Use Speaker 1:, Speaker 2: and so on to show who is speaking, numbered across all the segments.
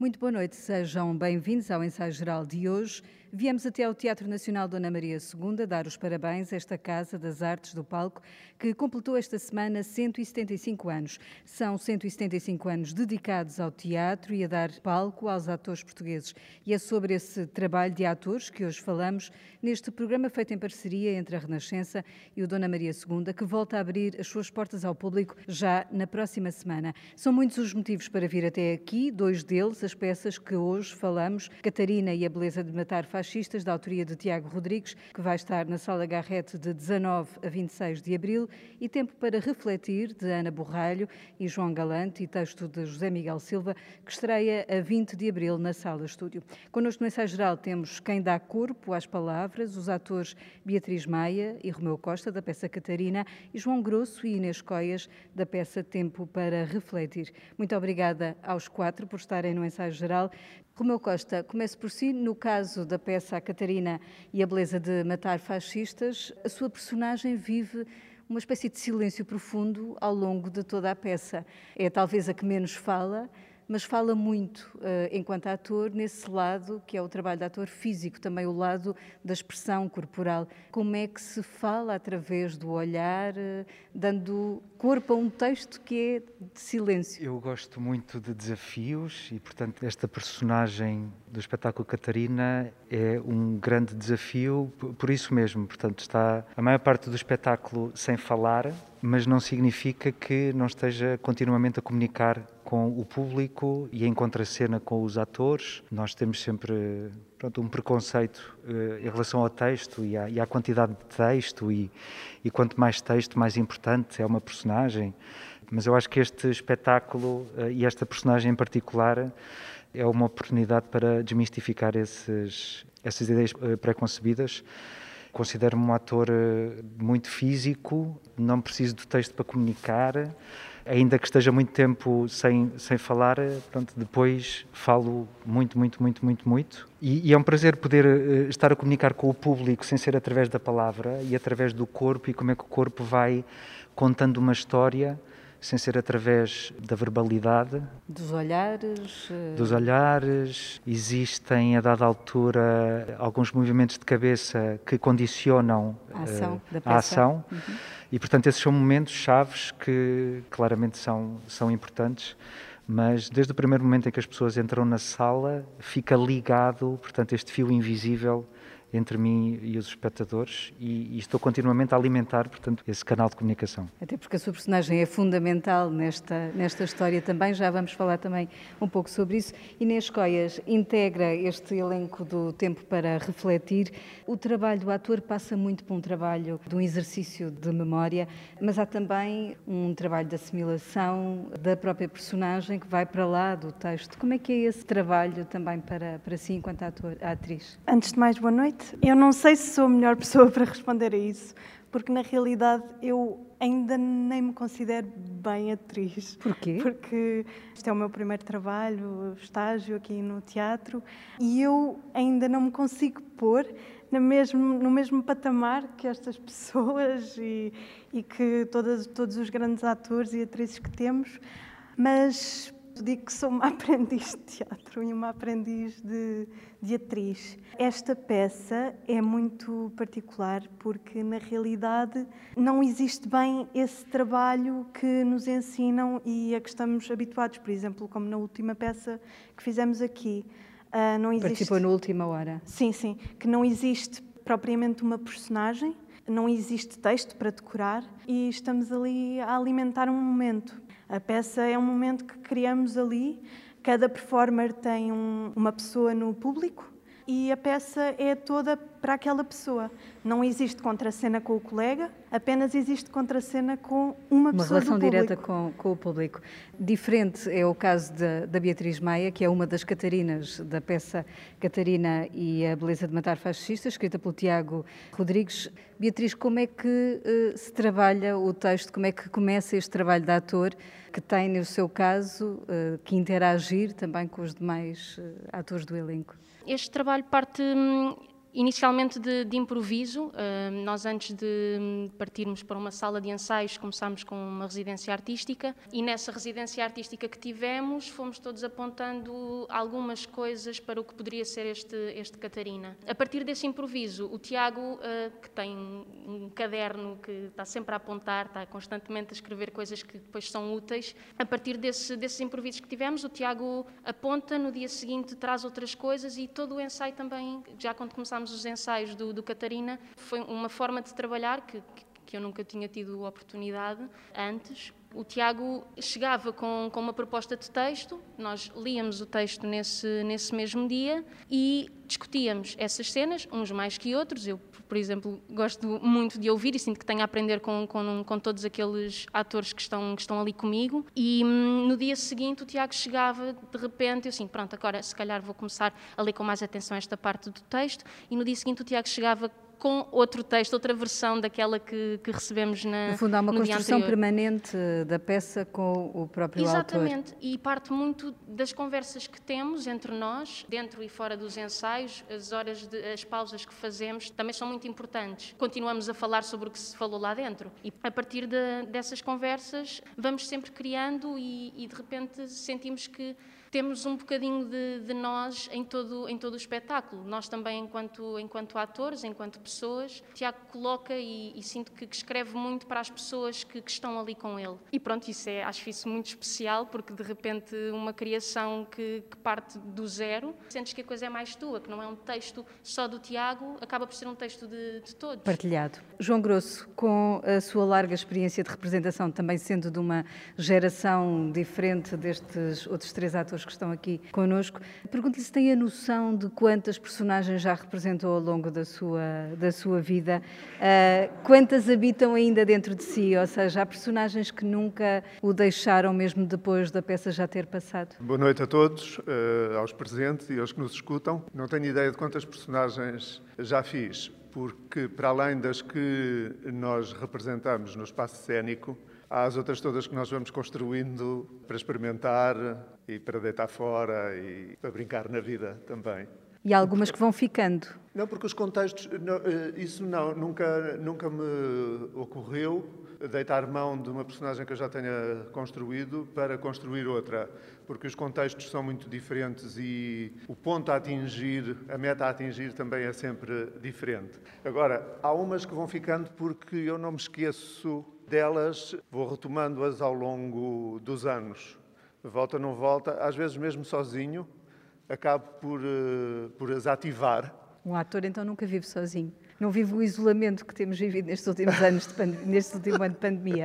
Speaker 1: Muito boa noite, sejam bem-vindos ao ensaio geral de hoje. Viemos até ao Teatro Nacional Dona Maria II dar os parabéns a esta Casa das Artes do Palco, que completou esta semana 175 anos. São 175 anos dedicados ao teatro e a dar palco aos atores portugueses. E é sobre esse trabalho de atores que hoje falamos neste programa feito em parceria entre a Renascença e o Dona Maria II, que volta a abrir as suas portas ao público já na próxima semana. São muitos os motivos para vir até aqui, dois deles, as peças que hoje falamos, Catarina e a Beleza de Matar Fascistas, da autoria de Tiago Rodrigues, que vai estar na Sala Garrett de 19 a 26 de abril, e Tempo para Refletir, de Ana Borralho e João Galante, e texto de José Miguel Silva, que estreia a 20 de abril na Sala Estúdio. Connosco no ensaio geral temos quem dá corpo às palavras, os atores Beatriz Maia e Romeu Costa, da peça Catarina, e João Grosso e Inês Coias, da peça Tempo para Refletir. Muito obrigada aos quatro por estarem no ensaio geral. Romeu Costa, comece por si. No caso da peça A Catarina e a Beleza de Matar Fascistas, a sua personagem vive uma espécie de silêncio profundo ao longo de toda a peça. É talvez a que menos fala, mas fala muito enquanto ator nesse lado que é o trabalho de ator físico, também o lado da expressão corporal. Como é que se fala através do olhar, dando corpo a um texto que é de silêncio?
Speaker 2: Eu gosto muito de desafios e, portanto, esta personagem do espetáculo Catarina é um grande desafio por isso mesmo. Portanto, está a maior parte do espetáculo sem falar, mas não significa que não esteja continuamente a comunicar com o público e em contracena com os atores. Nós temos sempre um preconceito em relação ao texto e à quantidade de texto e quanto mais texto, mais importante é uma personagem. Mas eu acho que este espetáculo e esta personagem em particular é uma oportunidade para desmistificar essas ideias preconcebidas. Considero-me um ator muito físico, não preciso do texto para comunicar, ainda que esteja muito tempo sem falar, depois falo muito. E é um prazer poder estar a comunicar com o público sem ser através da palavra e através do corpo e como é que o corpo vai contando uma história sem ser através da verbalidade.
Speaker 1: Dos olhares?
Speaker 2: Dos olhares. Existem, a dada altura, alguns movimentos de cabeça que condicionam
Speaker 1: a ação da peça.
Speaker 2: A ação. Uhum. E, portanto, esses são momentos chaves que claramente são importantes, mas desde o primeiro momento em que as pessoas entram na sala, fica ligado, portanto, este fio invisível entre mim e os espectadores e estou continuamente a alimentar, portanto, esse canal de comunicação.
Speaker 1: Até porque a sua personagem é fundamental nesta história também, já vamos falar também um pouco sobre isso. Inês Coias integra este elenco do Tempo para Refletir. O trabalho do ator passa muito por um trabalho de um exercício de memória, mas há também um trabalho de assimilação da própria personagem que vai para lá do texto. Como é que é esse trabalho também para si enquanto atriz?
Speaker 3: Antes de mais, boa noite. Eu não sei se sou a melhor pessoa para responder a isso, porque na realidade eu ainda nem me considero bem atriz.
Speaker 1: Porquê?
Speaker 3: Porque este é o meu primeiro trabalho, estágio aqui no teatro, e eu ainda não me consigo pôr no mesmo patamar que estas pessoas e que todos os grandes atores e atrizes que temos, mas digo que sou uma aprendiz de teatro e uma aprendiz de atriz. Esta peça é muito particular porque, na realidade, não existe bem esse trabalho que nos ensinam e a que estamos habituados. Por exemplo, como na última peça que fizemos aqui. Não existe...
Speaker 1: Participou na última hora.
Speaker 3: Sim, que não existe propriamente uma personagem, não existe texto para decorar e estamos ali a alimentar um momento. A peça é um momento que criamos ali, cada performer tem uma pessoa no público e a peça é toda para aquela pessoa. Não existe contracena com o colega, apenas existe contracena com uma pessoa do público.
Speaker 1: Uma relação direta com o público. Diferente é o caso da Beatriz Maia, que é uma das Catarinas da peça Catarina e a Beleza de Matar Fascistas, escrita pelo Tiago Rodrigues. Beatriz, como é que se trabalha o texto, como é que começa este trabalho de ator que tem, no seu caso, que interagir também com os demais atores do elenco?
Speaker 4: Este trabalho parte inicialmente de improviso. Nós, antes de partirmos para uma sala de ensaios, começámos com uma residência artística, e nessa residência artística que tivemos, fomos todos apontando algumas coisas para o que poderia ser este Catarina. A partir desse improviso, o Tiago, que tem um caderno que está sempre a apontar, está constantemente a escrever coisas que depois são úteis, a partir desses improvisos que tivemos, o Tiago aponta, no dia seguinte traz outras coisas, e todo o ensaio também, já quando começámos os ensaios do Catarina, foi uma forma de trabalhar que eu nunca tinha tido oportunidade antes. O Tiago chegava com uma proposta de texto, nós líamos o texto nesse mesmo dia e discutíamos essas cenas, uns mais que outros. Eu, por exemplo, gosto muito de ouvir e sinto que tenho a aprender com todos aqueles atores que estão ali comigo. E no dia seguinte o Tiago chegava, de repente, eu assim, pronto, agora se calhar vou começar a ler com mais atenção esta parte do texto, e no dia seguinte o Tiago chegava com outro texto, outra versão daquela que recebemos
Speaker 1: no fundo, há uma construção
Speaker 4: anterior.
Speaker 1: permanente da peça com o próprio autor.
Speaker 4: Exatamente, e parte muito das conversas que temos entre nós, dentro e fora dos ensaios. As pausas que fazemos também são muito importantes. Continuamos a falar sobre o que se falou lá dentro, e a partir dessas conversas vamos sempre criando, e de repente sentimos que temos um bocadinho de nós em todo o espetáculo. Nós também, enquanto atores, enquanto pessoas. O Tiago coloca e sinto que escreve muito para as pessoas que estão ali com ele. E pronto, acho isso muito especial, porque de repente uma criação que parte do zero, sentes que a coisa é mais tua, que não é um texto só do Tiago, acaba por ser um texto de todos.
Speaker 1: Partilhado. João Grosso, com a sua larga experiência de representação, também sendo de uma geração diferente destes outros 3 atores que estão aqui connosco, pergunto-lhe se tem a noção de quantas personagens já representou ao longo da sua vida, quantas habitam ainda dentro de si, ou seja, há personagens que nunca o deixaram mesmo depois da peça já ter passado.
Speaker 5: Boa noite a todos, aos presentes e aos que nos escutam. Não tenho ideia de quantas personagens já fiz, porque para além das que nós representamos no espaço cênico, há as outras todas que nós vamos construindo para experimentar e para deitar fora e para brincar na vida também.
Speaker 1: E há algumas que vão ficando.
Speaker 5: Não, porque os contextos, isso nunca me ocorreu, deitar mão de uma personagem que eu já tenha construído para construir outra, porque os contextos são muito diferentes e o ponto a atingir, a meta a atingir também é sempre diferente. Agora, há umas que vão ficando porque eu não me esqueço delas, vou retomando-as ao longo dos anos. Volta, não volta, às vezes mesmo sozinho, acabo por as ativar.
Speaker 1: Um ator então nunca vive sozinho. Não vive o isolamento que temos vivido nestes últimos anos, neste último ano de pandemia.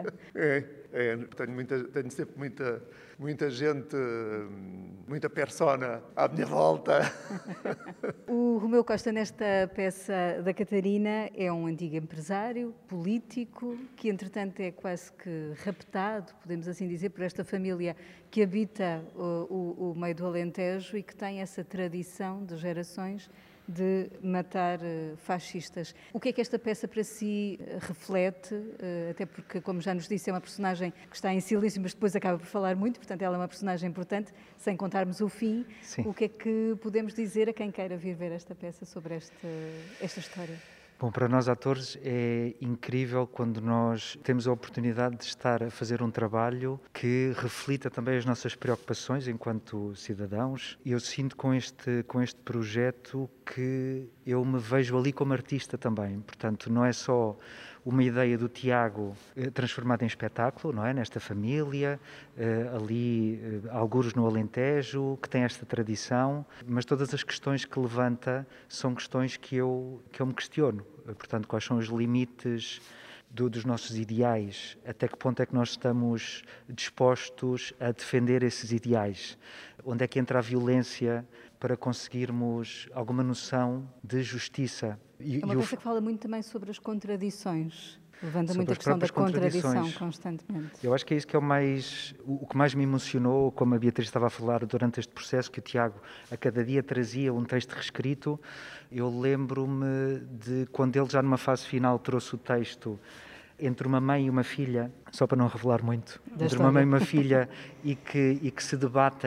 Speaker 5: Tenho sempre muita gente, muita persona à minha volta.
Speaker 1: O Romeu Costa, nesta peça da Catarina, é um antigo empresário, político, que entretanto é quase que raptado, podemos assim dizer, por esta família que habita o meio do Alentejo e que tem essa tradição de gerações de matar fascistas. O que é que esta peça para si reflete? Até porque, como já nos disse, é uma personagem que está em silêncio, mas depois acaba por falar muito, portanto ela é uma personagem importante, sem contarmos o fim. Sim. O que é que podemos dizer a quem queira vir ver esta peça sobre esta história?
Speaker 2: Bom, para nós atores é incrível quando nós temos a oportunidade de estar a fazer um trabalho que reflita também as nossas preocupações enquanto cidadãos. E eu sinto com este projeto que eu me vejo ali como artista também. Portanto, não é só uma ideia do Tiago transformada em espetáculo, não é? Nesta família, ali, algures no Alentejo, que tem esta tradição, mas todas as questões que levanta são questões que eu me questiono. Portanto, quais são os limites dos nossos ideais? Até que ponto é que nós estamos dispostos a defender esses ideais? Onde é que entra a violência para conseguirmos alguma noção de justiça?
Speaker 1: É uma peça que fala muito também sobre as contradições. Levanta muito a questão da contradição constantemente.
Speaker 2: Eu acho que é isso que é o que mais me emocionou, como a Beatriz estava a falar durante este processo, que o Tiago a cada dia trazia um texto reescrito. Eu lembro-me de quando ele já numa fase final trouxe o texto entre uma mãe e uma filha, só para não revelar muito, entre uma mãe e uma filha, e que se debatem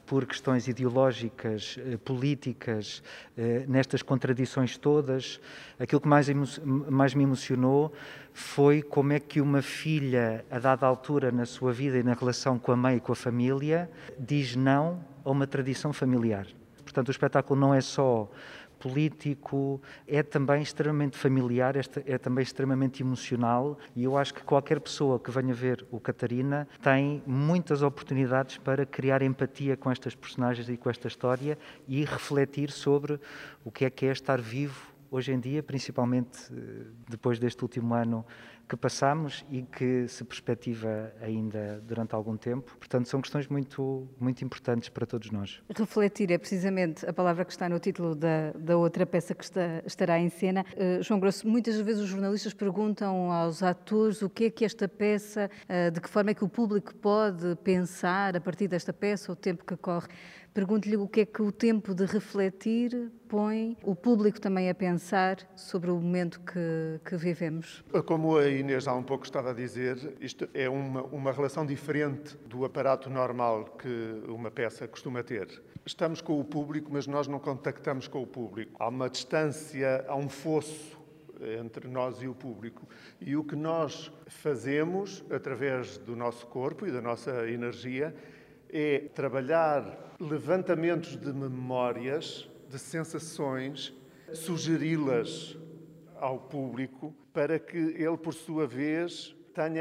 Speaker 2: por questões ideológicas, políticas, nestas contradições todas. Aquilo que mais me emocionou foi como é que uma filha, a dada altura na sua vida e na relação com a mãe e com a família, diz não a uma tradição familiar. Portanto, o espetáculo não é só político, é também extremamente familiar, é também extremamente emocional, e eu acho que qualquer pessoa que venha ver o Catarina tem muitas oportunidades para criar empatia com estas personagens e com esta história e refletir sobre o que é estar vivo hoje em dia, principalmente depois deste último ano que passamos e que se perspectiva ainda durante algum tempo. Portanto, são questões muito, muito importantes para todos nós.
Speaker 1: Refletir é precisamente a palavra que está no título da outra peça que estará em cena. João Grosso, muitas vezes os jornalistas perguntam aos atores o que é esta peça, de que forma é que o público pode pensar a partir desta peça, o tempo que corre. Pergunto-lhe o que é que o tempo de refletir põe o público também a pensar sobre o momento que vivemos.
Speaker 5: Como a Inês há um pouco estava a dizer, isto é uma relação diferente do aparato normal que uma peça costuma ter. Estamos com o público, mas nós não contactamos com o público. Há uma distância, há um fosso entre nós e o público. E o que nós fazemos, através do nosso corpo e da nossa energia, é trabalhar levantamentos de memórias, de sensações, sugeri-las ao público para que ele, por sua vez, tenha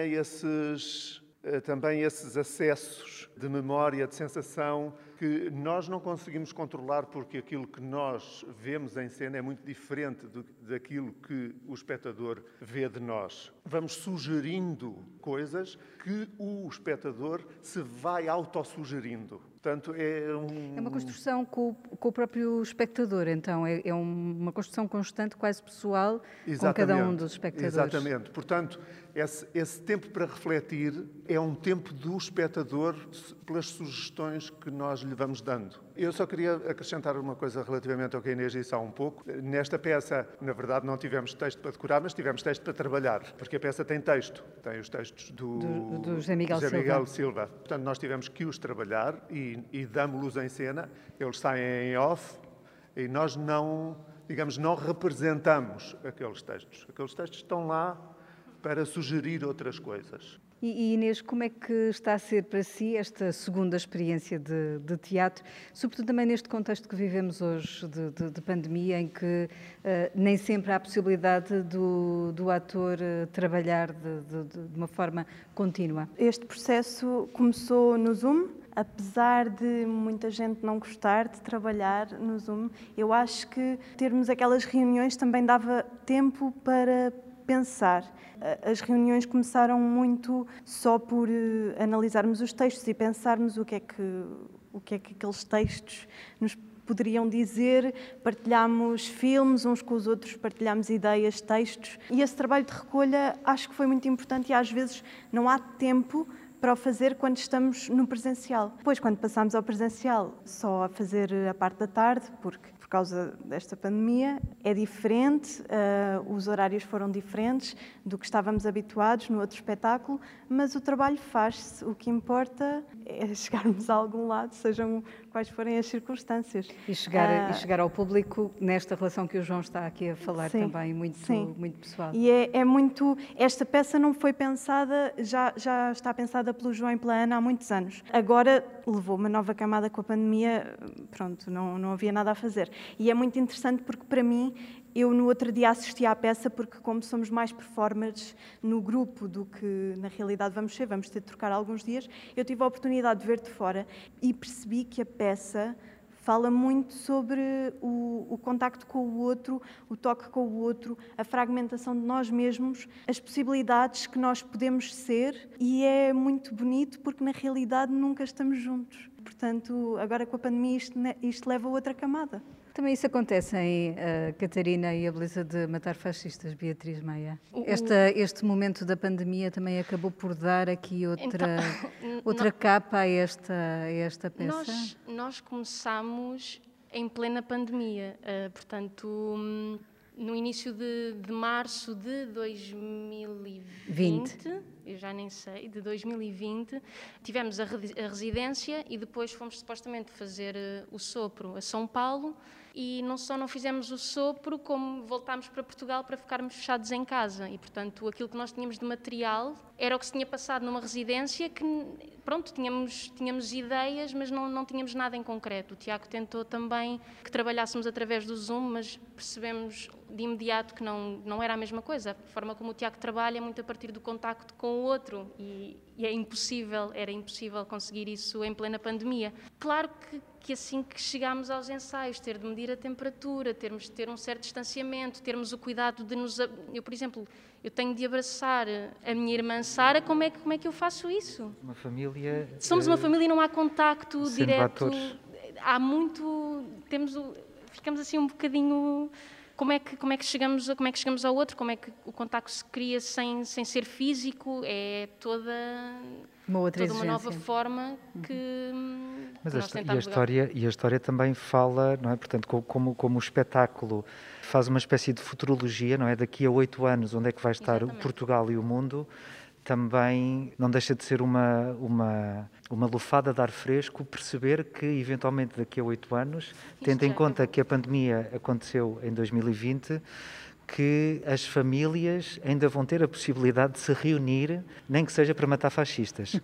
Speaker 5: também esses acessos de memória, de sensação, que nós não conseguimos controlar porque aquilo que nós vemos em cena é muito diferente daquilo que o espectador vê de nós. Vamos sugerindo coisas que o espectador se vai autossugerindo. Portanto, é
Speaker 1: uma construção com o próprio espectador, então. É uma construção constante, quase pessoal, com cada um dos espectadores.
Speaker 5: Exatamente. Portanto, esse tempo para refletir é um tempo do espectador pelas sugestões que nós lhe vamos dando. Eu só queria acrescentar uma coisa relativamente ao que a Inês disse há um pouco. Nesta peça, na verdade, não tivemos texto para decorar, mas tivemos texto para trabalhar, porque a peça tem texto. Tem os textos do
Speaker 1: José Miguel
Speaker 5: Silva. Portanto, nós tivemos que os trabalhar e damos-los em cena. Eles saem em off e nós não representamos aqueles textos. Aqueles textos estão lá para sugerir outras coisas.
Speaker 1: E Inês, como é que está a ser para si esta segunda experiência de teatro, sobretudo também neste contexto que vivemos hoje de pandemia, em que nem sempre há a possibilidade do ator trabalhar de uma forma contínua?
Speaker 3: Este processo começou no Zoom. Apesar de muita gente não gostar de trabalhar no Zoom, eu acho que termos aquelas reuniões também dava tempo para pensar. As reuniões começaram muito só por analisarmos os textos e pensarmos o que é que aqueles textos nos poderiam dizer. Partilhámos filmes uns com os outros, partilhámos ideias, textos. E esse trabalho de recolha acho que foi muito importante e às vezes não há tempo para o fazer quando estamos no presencial. Depois, quando passámos ao presencial, só a fazer a parte da tarde, porque por causa desta pandemia é diferente, os horários foram diferentes do que estávamos habituados no outro espetáculo, mas o trabalho faz-se. O que importa é chegarmos a algum lado, sejam quais forem as circunstâncias.
Speaker 1: E chegar ao público nesta relação que o João está aqui a falar,
Speaker 3: sim,
Speaker 1: também, muito pessoal.
Speaker 3: E é muito... Esta peça não foi pensada, já está pensada pelo João e pela Ana há muitos anos. Agora levou uma nova camada com a pandemia, pronto, não havia nada a fazer. E é muito interessante porque, para mim, eu no outro dia assisti à peça porque, como somos mais performers no grupo do que na realidade vamos ter de trocar alguns dias, eu tive a oportunidade de ver de fora e percebi que a peça fala muito sobre o contacto com o outro, o toque com o outro, a fragmentação de nós mesmos, as possibilidades que nós podemos ser, e é muito bonito porque na realidade nunca estamos juntos. Portanto, agora com a pandemia isto leva a outra camada.
Speaker 1: Também isso acontece em Catarina e a Beleza de Matar Fascistas, Beatriz Meia. Este momento da pandemia também acabou por dar aqui outra capa a esta peça?
Speaker 4: Nós começámos em plena pandemia, portanto, No início de março de 2020, eu já nem sei, de 2020, tivemos a residência e depois fomos supostamente fazer o sopro a São Paulo e não só não fizemos o sopro, como voltámos para Portugal para ficarmos fechados em casa e, portanto, aquilo que nós tínhamos de material era o que se tinha passado numa residência que, pronto, tínhamos ideias, mas não tínhamos nada em concreto. O Tiago tentou também que trabalhássemos através do Zoom, mas percebemos de imediato que não era a mesma coisa. A forma como o Tiago trabalha é muito a partir do contacto com o outro e era impossível conseguir isso em plena pandemia. Claro que assim que chegámos aos ensaios, ter de medir a temperatura, termos de ter um certo distanciamento, termos o cuidado de nos... Eu, por exemplo, eu tenho de abraçar a minha irmã Sara, como é que eu faço isso?
Speaker 2: Uma família...
Speaker 4: Somos uma família e não há contacto direto.
Speaker 2: Atores.
Speaker 4: Há muito... Ficamos assim um bocadinho... Como é que chegamos ao outro? Como é que o contacto se cria sem ser físico? É toda uma nova forma que
Speaker 2: Mas
Speaker 4: nós tentamos
Speaker 2: a história também fala, não é? Portanto, como o espetáculo faz uma espécie de futurologia, não é? Daqui a 8 anos, onde é que vai estar
Speaker 4: Exatamente.
Speaker 2: Portugal e o mundo, também não deixa de ser uma lufada de ar fresco perceber que, eventualmente, daqui a 8 anos, tendo em conta que a pandemia aconteceu em 2020, que as famílias ainda vão ter a possibilidade de se reunir, nem que seja para matar fascistas.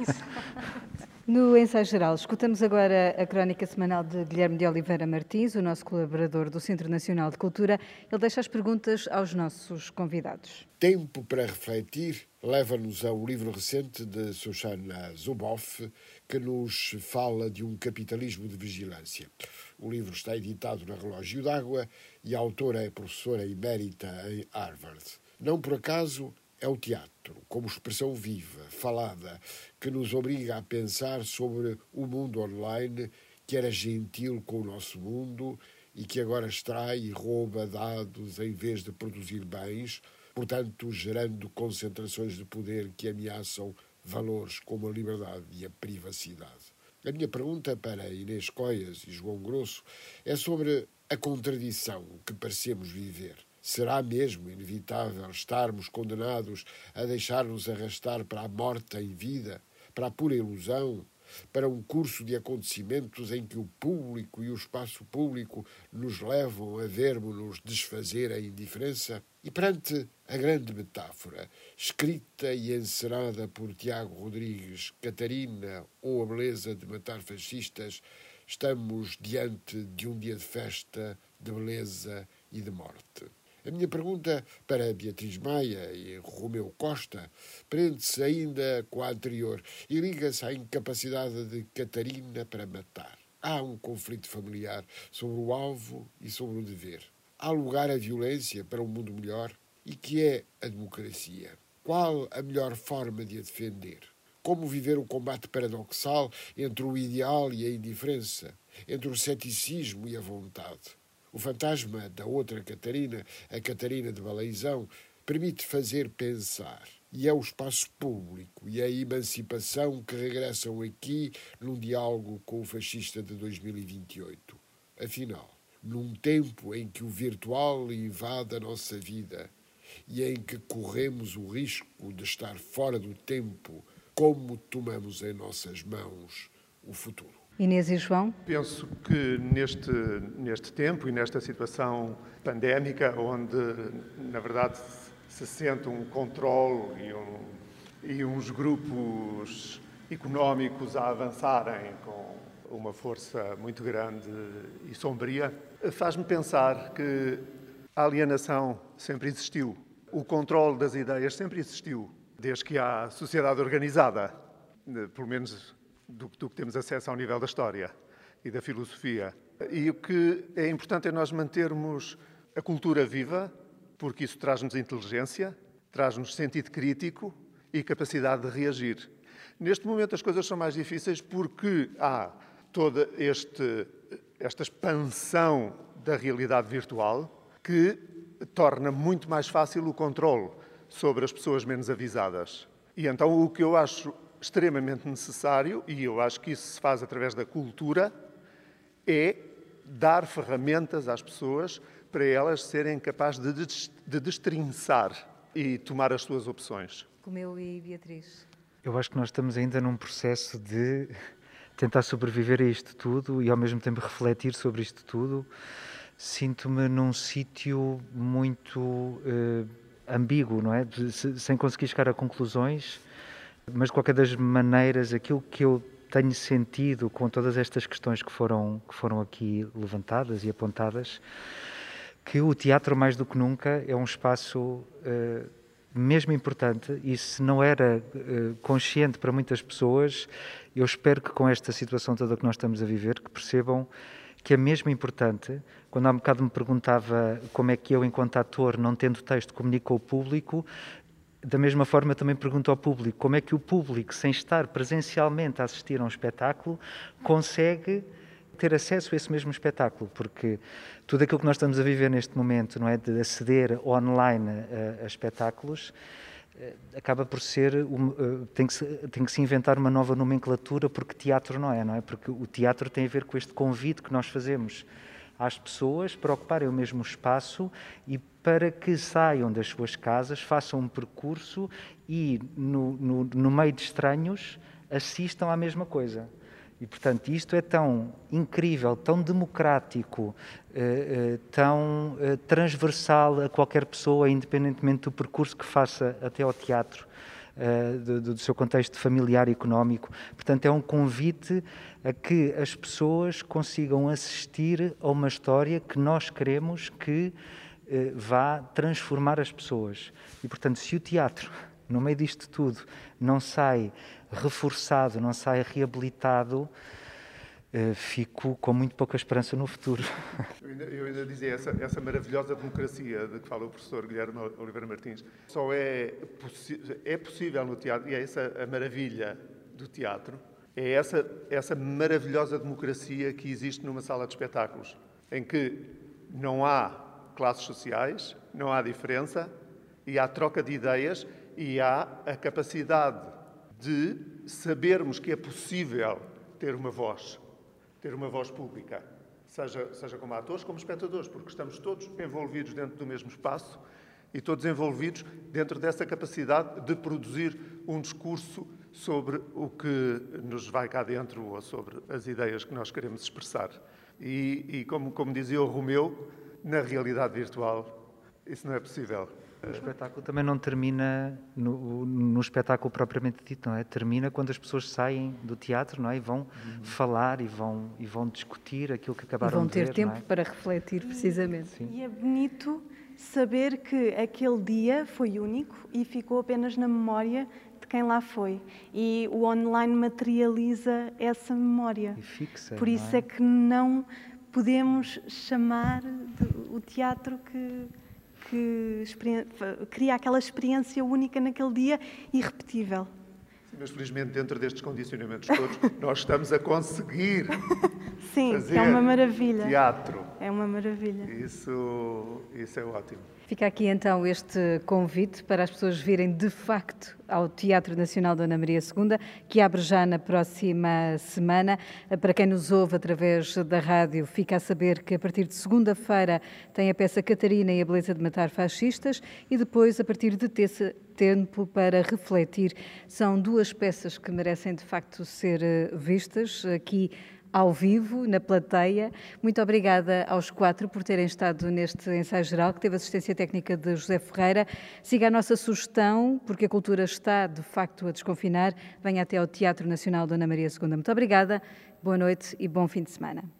Speaker 1: No Ensaio Geral, escutamos agora a crónica semanal de Guilherme de Oliveira Martins, o nosso colaborador do Centro Nacional de Cultura. Ele deixa as perguntas aos nossos convidados.
Speaker 6: Tempo para refletir leva-nos a um livro recente de Shoshana Zuboff, que nos fala de um capitalismo de vigilância. O livro está editado na Relógio d'Água e a autora é professora emérita em Harvard. Não por acaso, é o teatro, como expressão viva, falada, que nos obriga a pensar sobre o mundo online, que era gentil com o nosso mundo e que agora extrai e rouba dados em vez de produzir bens, portanto gerando concentrações de poder que ameaçam valores como a liberdade e a privacidade. A minha pergunta para Inês Coias e João Grosso é sobre a contradição que parecemos viver. Será mesmo inevitável estarmos condenados a deixar-nos arrastar para a morte em vida, para a pura ilusão, para um curso de acontecimentos em que o público e o espaço público nos levam a vermos-nos desfazer a indiferença? E perante a grande metáfora, escrita e encenada por Tiago Rodrigues, Catarina ou a beleza de matar fascistas, estamos diante de um dia de festa, de beleza e de morte. A minha pergunta para Beatriz Maia e Romeu Costa prende-se ainda com a anterior e liga-se à incapacidade de Catarina para matar. Há um conflito familiar sobre o alvo e sobre o dever. Há lugar à violência para um mundo melhor? E que é a democracia? Qual a melhor forma de a defender? Como viver o combate paradoxal entre o ideal e a indiferença, entre o ceticismo e a vontade? O fantasma da outra Catarina, a Catarina de Baleizão, permite fazer pensar. E é o espaço público e a emancipação que regressam aqui num diálogo com o fascista de 2028. Afinal, num tempo em que o virtual invade a nossa vida e em que corremos o risco de estar fora do tempo, como tomamos em nossas mãos o futuro?
Speaker 1: Inês e João?
Speaker 5: Penso que neste tempo e nesta situação pandémica, onde, na verdade, se sente um controle e uns grupos económicos a avançarem com uma força muito grande e sombria, faz-me pensar que a alienação sempre existiu. O controle das ideias sempre existiu, desde que há sociedade organizada, pelo menos do que temos acesso ao nível da história e da filosofia. E o que é importante é nós mantermos a cultura viva, porque isso traz-nos inteligência, traz-nos sentido crítico e capacidade de reagir. Neste momento as coisas são mais difíceis porque há toda esta expansão da realidade virtual que torna muito mais fácil o controle sobre as pessoas menos avisadas. E então o que eu acho extremamente necessário, e eu acho que isso se faz através da cultura, é dar ferramentas às pessoas para elas serem capazes de destrinçar e tomar as suas opções.
Speaker 1: Como eu e Beatriz.
Speaker 2: Eu acho que nós estamos ainda num processo de tentar sobreviver a isto tudo e ao mesmo tempo refletir sobre isto tudo. Sinto-me num sítio muito ambíguo, não é? Sem conseguir chegar a conclusões, mas de qualquer das maneiras, aquilo que eu tenho sentido com todas estas questões que foram aqui levantadas e apontadas, que o teatro, mais do que nunca, é um espaço mesmo importante, e se não era consciente para muitas pessoas, eu espero que com esta situação toda que nós estamos a viver, que percebam que é mesmo importante. Quando há um bocado me perguntava como é que eu, enquanto ator, não tendo texto, comunico ao público, da mesma forma também pergunto ao público como é que o público, sem estar presencialmente a assistir a um espetáculo, consegue ter acesso a esse mesmo espetáculo, porque tudo aquilo que nós estamos a viver neste momento, não é, de aceder online a espetáculos, acaba por ser, tem que se inventar uma nova nomenclatura, porque teatro não é? Porque o teatro tem a ver com este convite que nós fazemos às pessoas para ocuparem o mesmo espaço e para que saiam das suas casas, façam um percurso e, no meio de estranhos, assistam à mesma coisa. E, portanto, isto é tão incrível, tão democrático, tão transversal a qualquer pessoa, independentemente do percurso que faça até ao teatro, do seu contexto familiar e económico. Portanto, é um convite a que as pessoas consigam assistir a uma história que nós queremos que vá transformar as pessoas. E, portanto, se o teatro, no meio disto tudo, não sai reforçado, não sai reabilitado, fico com muito pouca esperança no futuro.
Speaker 5: Eu ainda dizia, essa maravilhosa democracia de que fala o professor Guilherme Oliveira Martins, só é possível no teatro, e é essa a maravilha do teatro, é essa maravilhosa democracia que existe numa sala de espetáculos, em que não há classes sociais, não há diferença, e há troca de ideias, e há a capacidade de sabermos que é possível ter uma voz pública, seja como atores, como espectadores, porque estamos todos envolvidos dentro do mesmo espaço e todos envolvidos dentro dessa capacidade de produzir um discurso sobre o que nos vai cá dentro ou sobre as ideias que nós queremos expressar. E como dizia o Romeu, na realidade virtual isso não é possível.
Speaker 2: O espetáculo também não termina no espetáculo propriamente dito, não é? Termina quando as pessoas saem do teatro, não é? E vão falar e vão discutir aquilo que acabaram de ver.
Speaker 1: E vão ter tempo para refletir, precisamente.
Speaker 3: Sim. E é bonito saber que aquele dia foi único e ficou apenas na memória de quem lá foi. E o online materializa essa memória.
Speaker 2: E fixa,
Speaker 3: por isso é que não podemos chamar o teatro que cria aquela experiência única naquele dia, irrepetível.
Speaker 5: Sim, mas felizmente dentro destes condicionamentos todos nós estamos a conseguir fazer
Speaker 3: é uma maravilha.
Speaker 5: Teatro.
Speaker 3: É uma maravilha.
Speaker 5: Isso é ótimo.
Speaker 1: Fica aqui então este convite para as pessoas virem de facto ao Teatro Nacional Dona Maria II, que abre já na próxima semana. Para quem nos ouve através da rádio, fica a saber que a partir de segunda-feira tem a peça Catarina e a Beleza de Matar Fascistas e depois, a partir de terça, Tempo para Refletir. São duas peças que merecem de facto ser vistas aqui ao vivo, na plateia. Muito obrigada aos quatro por terem estado neste ensaio geral, que teve assistência técnica de José Ferreira. Siga a nossa sugestão, porque a cultura está, de facto, a desconfinar. Venha até ao Teatro Nacional Dona Maria II. Muito obrigada, boa noite e bom fim de semana.